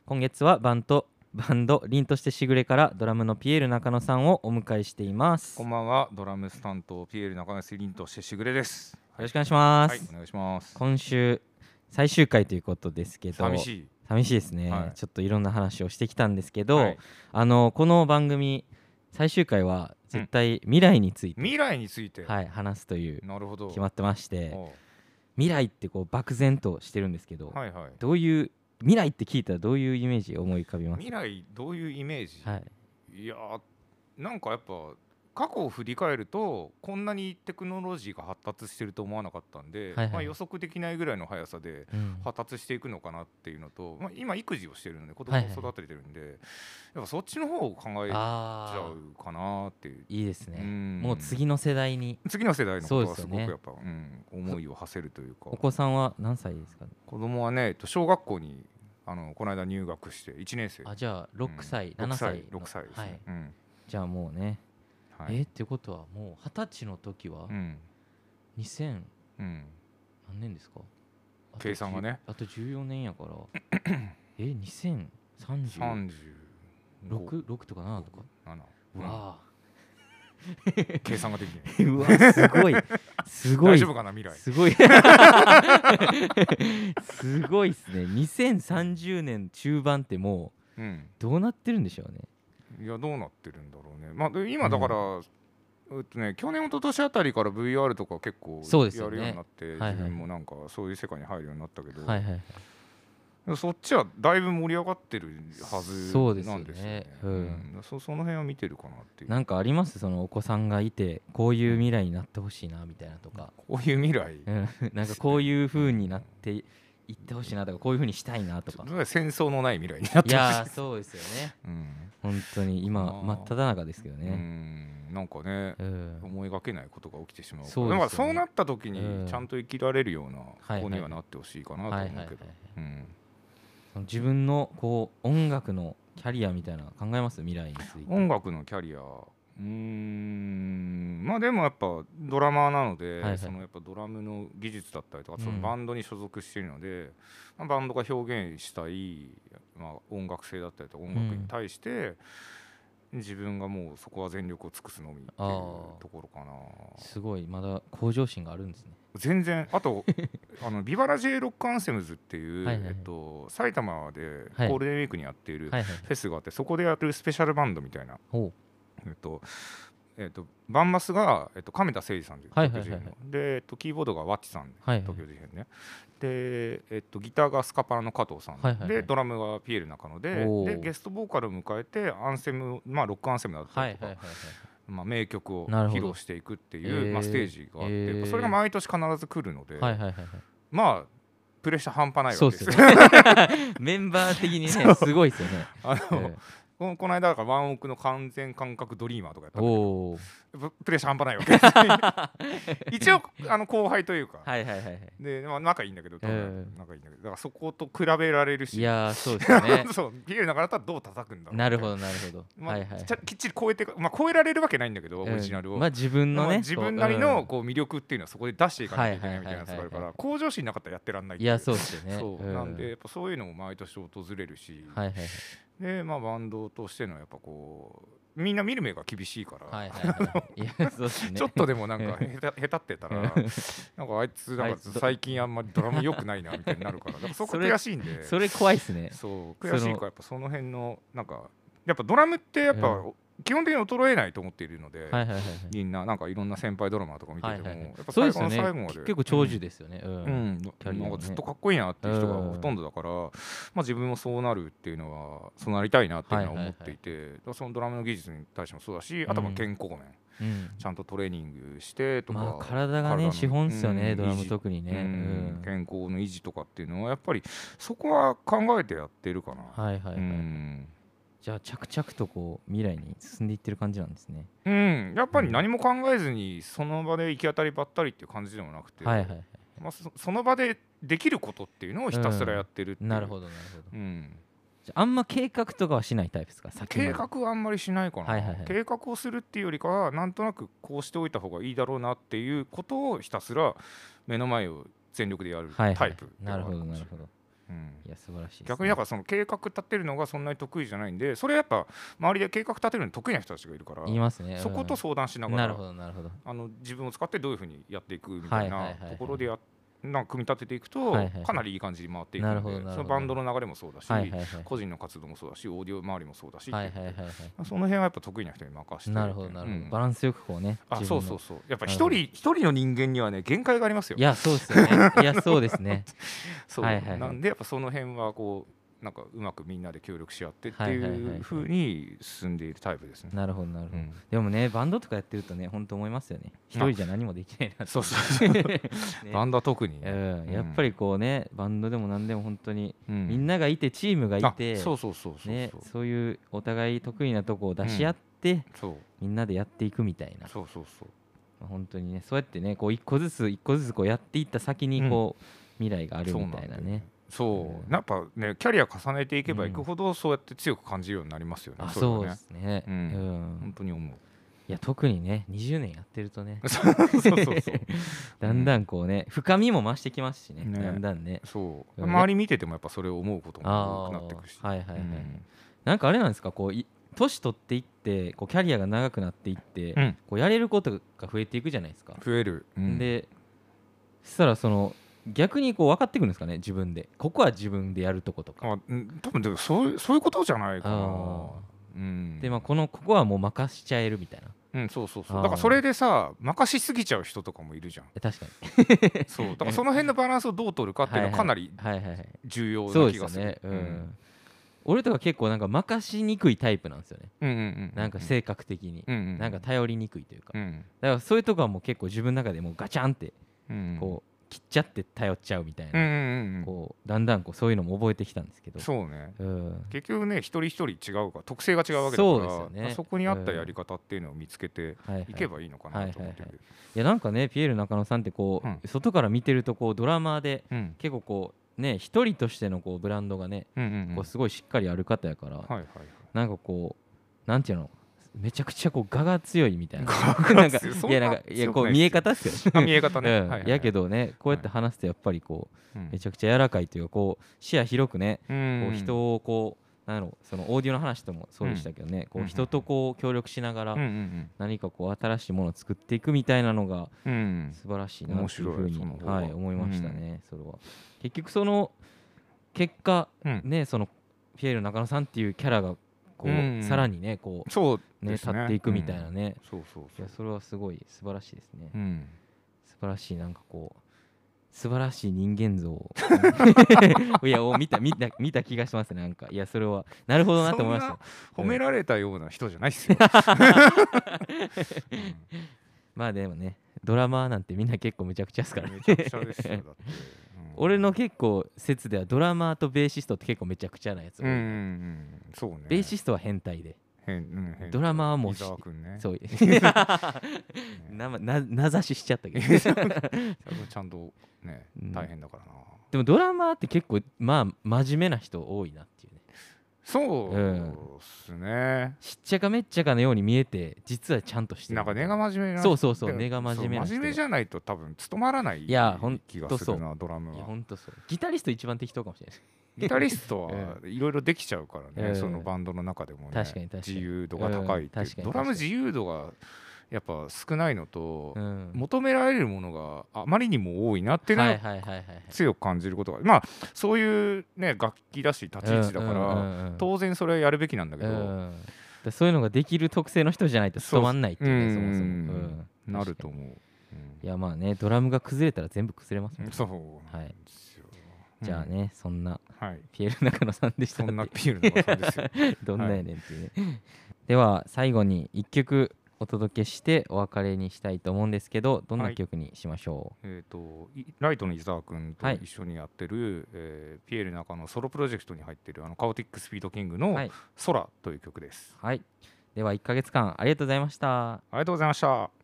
今月はバンド凛としてしぐれからドラムのピエール中野さんをお迎えしています。 こんばんは。ドラムス担当ピエール中野凛としてしぐれです。 よろしくお願いします。 はい、お願いします。 今週最終回ということですけど、 寂しいですね、はい、ちょっといろんな話をしてきたんですけど、 はい、 この番組最終回は絶対未来について、はい、話すという決まってまして、未来ってこう漠然としてるんですけど、 はいはい、 どういう未来って聞いたらどういうイメージ思い浮かびます？ 未来どういうイメージ、 はい、 いやなんかやっぱ過去を振り返るとこんなにテクノロジーが発達してると思わなかったんで、 はいはい、 まあ、予測できないぐらいの速さで発達していくのかなっていうのと、まあ、今育児をしてるので子供を育ててるんで、はいはい、やっぱそっちの方を考えちゃうかなっていう。 いいですね。もう次の世代のことはすごくやっぱ、思いを馳せるというか。 お子さんは何歳ですか？ 子供はね、小学校にこの間入学して1年生。 あ、じゃあ6歳、7歳 6歳ですね、 はい、じゃあもうね、はい、ってことはもう20歳の時は、2000、何年ですか？ 計算がね、 あと14年やから2036とか7とか 7、 うわ計算ができない。 うわすごい大丈夫かな未来。 すごいすごいですね。2030年中盤ってもう、どうなってるんでしょうね。 いやどうなってるんだろうね。まあ今だから、去年一昨年あたりから VR とか結構やるようになって、自分もなんかそういう世界に入るようになったけど、そっちはだいぶ盛り上がってるはずなんですよね。その辺は見てるかなっていう。 なんかあります？そのお子さんがいてこういう未来になってほしいなみたいなとか、 こういう未来、 なんかこういう風になっていってほしいなとか、こういう風にしたいなとか。 戦争のない未来になってほしい。いやそうですよね。本当に今真っ只中ですけどね。 なんかね、思いがけないことが起きてしまう。 そうだからそうなった時にちゃんと生きられるような子にはなってほしいかなと思うけど。 自分のこう音楽のキャリアみたいな考えます？未来について。 音楽のキャリア、まあでもやっぱドラマーなので、そのやっぱドラムの技術だったりとか、そのバンドに所属しているので、バンドが表現したい、音楽性だったりとか音楽に対して、自分がもうそこは全力を尽くすのみっていうところかな。 すごいまだ向上心があるんですね。 全然。あとビバラ J ロックアンセムズっていう、埼玉でゴールデンウィークにやっているフェスがあって、そこでやるスペシャルバンドみたいな、バンマスが、亀田誠司さんで東京事変の、で、キーボードがワッチさんで、東京事変ね、で、ギターがスカパラの加藤さんで、ドラムがピエール中野で、ゲストボーカルを迎えてアンセム、ロックアンセムだったりとか、名曲を披露していくっていう、ステージがあって、それが毎年必ず来るので、まあプレッシャー半端ないわけですよ。 メンバー的にねすごいですよね。 この間だからワンオクの完全感覚ドリーマーとかやったんだけど、プレッシャー半端ないわけです。一応後輩というか、で、仲いいんだけど、だからそこと比べられるし、 いやそうですよね。 そうピエール中野だったらどう叩くんだろう。 なるほどきっちり超えて、超えられるわけないんだけど、オリジナルを、 自分のね、 自分なりのこう魅力っていうのはそこで出していかなきゃいけないみたいなやつがあるから、向上心なかったらやってらんない。 いやそうですよね。 そうなんでやっぱそういうのも毎年訪れるし、でバンドとしてのやっぱこうみんな見る目が厳しいから、ちょっとでもなんか下手ってたらなんかあいつなんか最近あんまりドラム良くないなみたいになるから、だからそこ悔しいんで、 それ怖いですね。 そう悔しいからやっぱその辺のなんかやっぱドラムってやっぱ基本的に衰えないと思っているので、みんななんかいろんな先輩ドラマーとか見てても、やっぱ最後の最後まで結構長寿ですよね。 なんかずっとかっこいいなっていう人がほとんどだから、自分もそうなるっていうのはそうなりたいなっていうのは思っていて、そのドラムの技術に対してもそうだし、あとは健康面、ちゃんとトレーニングしてとか、 体がね資本ですよね、ドラム特にね。 健康の維持とかっていうのはやっぱりそこは考えてやってるかな。 じゃあ着々とこう未来に進んでいってる感じなんですね。 やっぱり何も考えずにその場で行き当たりばったりっていう感じでもなくて、その場でできることっていうのをひたすらやってるっていう。 なるほどなるほど。じゃああんま計画とかはしないタイプですか？ 計画はあんまりしないかな。計画をするっていうよりかはなんとなくこうしておいた方がいいだろうなっていうことをひたすら目の前を全力でやるタイプ。 なるほどなるほど。 いや素晴らしいですね。 逆にだからその計画立てるのがそんなに得意じゃないんで、それやっぱ周りで計画立てるのに得意な人たちがいるから、 いますね、 そこと相談しながら、 なるほどなるほど、 自分を使ってどういうふうにやっていくみたいなところでなんか組み立てていくと、かなりいい感じに回っていくので、そのバンドの流れもそうだし、個人の活動もそうだし、オーディオ周りもそうだし、その辺はやっぱ得意な人に任せて、 なるほどなるほど、バランスよくこうね、 そうそうそう、やっぱ一人の人間にはね限界がありますよ。 いやそうですよね、いやそうですねそうなんでやっぱその辺はこうなんかうまくみんなで協力し合ってっていう風に進んでいるタイプですね。 なるほどなるほど、でもねバンドとかやってるとね本当思いますよね、一人じゃ何もできないな。 そうそうバンドは特にね、やっぱりこうねバンドでも何でも本当にみんながいてチームがいて、そういうお互い得意なとこを出し合ってみんなでやっていくみたいな、本当にねそうやってねこう一個ずつこうやっていった先にこう未来があるみたいなね。 やっぱねキャリア重ねていけばいくほどそうやって強く感じるようになりますよね。 そうですね、 本当に思う。 いや特にね20年やってるとねだんだんこうね深みも増してきますしね、だんだんね。 そう周り見ててもやっぱそれを思うことも多くなってくるし、 なんかあれなんですか、こう年取っていってこうキャリアが長くなっていって、こうやれることが増えていくじゃないですか。 増える、 でそしたらその逆にこう分かってくるんですかね、自分でここは自分でやるとことか。 多分でもそういうことじゃないかな。 でここはもう任しちゃえるみたいな。 そうだからそれでさ任しすぎちゃう人とかもいるじゃん。 確かにそうだからその辺のバランスをどう取るかっていうのはかなり重要な気がする。 俺とか結構なんか任しにくいタイプなんですよね、なんか性格的に、なんか頼りにくいというか、だからそういうとこはもう結構自分の中でもうガチャンってこう切っちゃって頼っちゃうみたいな、こうだんだんこうそういうのも覚えてきたんですけど。 そうね、結局ね一人一人違うから特性が違うわけだから、 そうですよね、そこに合ったやり方っていうのを見つけていけばいいのかなと思ってる。 いやなんかねピエール中野さんってこう、外から見てるとこうドラマーで結構こうね一人としてのこうブランドがね、こうすごいしっかりある方やから、なんかこうなんていうのめちゃくちゃこう我が強いみたいないやこう見え方ですよ見え方ね、 やけどねこうやって話すとやっぱりこうめちゃくちゃ柔らかいというかこう視野広くね、こう人をこうなんやろそのオーディオの話ともそうでしたけどね、こう人とこう協力しながら何かこう新しいものを作っていくみたいなのが素晴らしいなというふうに思いましたね。それは結局その結果ねそのピエール中野さんっていうキャラがこうさらにねこうね立っていくみたいなね、いやそれはすごい素晴らしいですね。素晴らしいなんかこう素晴らしい人間像をいや見た気がしますね。なんかいやそれはなるほどなと思いました。 褒められたような人じゃないですよまあでもねドラマーなんてみんな結構むちゃくちゃですからね。 めちゃくちゃですよだって俺の結構説ではドラマーとベーシストって結構めちゃくちゃなやつ、 そうね、 ベーシストは変態でドラマーはもうそう名指ししちゃったけどちゃんとね大変だからな。 でもドラマーって結構まあ真面目な人多いなっていうね。 そうですね、 しっちゃかめっちゃかのように見えて実はちゃんとしてる。 なんか根が真面目な、 そう根が真面目な人、 真面目じゃないと多分務まらない気がするなドラムは。 いやほんとそうギタリスト一番適当かもしれないギタリストはいろいろできちゃうからね、そのバンドの中でもね自由度が高いっていう、ドラム自由度がやっぱ少ないのと、求められるものがあまりにも多いなっていうのは強く感じることが、まあそういうね楽器だし立ち位置だから当然それはやるべきなんだけど、 そういうのができる特性の人じゃないと務まんないっていうね、そもそもなると思う。 いやまあねドラムが崩れたら全部崩れますもんね。 そうなんですよ。 じゃあねそんなピエール中野さんでした。 そんなピエール中野さんですよどんなやねんっていうね。では最後に1曲お届けしてお別れにしたいと思うんですけど、どんな曲にしましょう。 ライトの伊沢君と一緒にやってる、ピエール中野ソロプロジェクトに入ってるカオティックスピードキングの空という曲です。 はい、では1ヶ月間ありがとうございました。 ありがとうございました。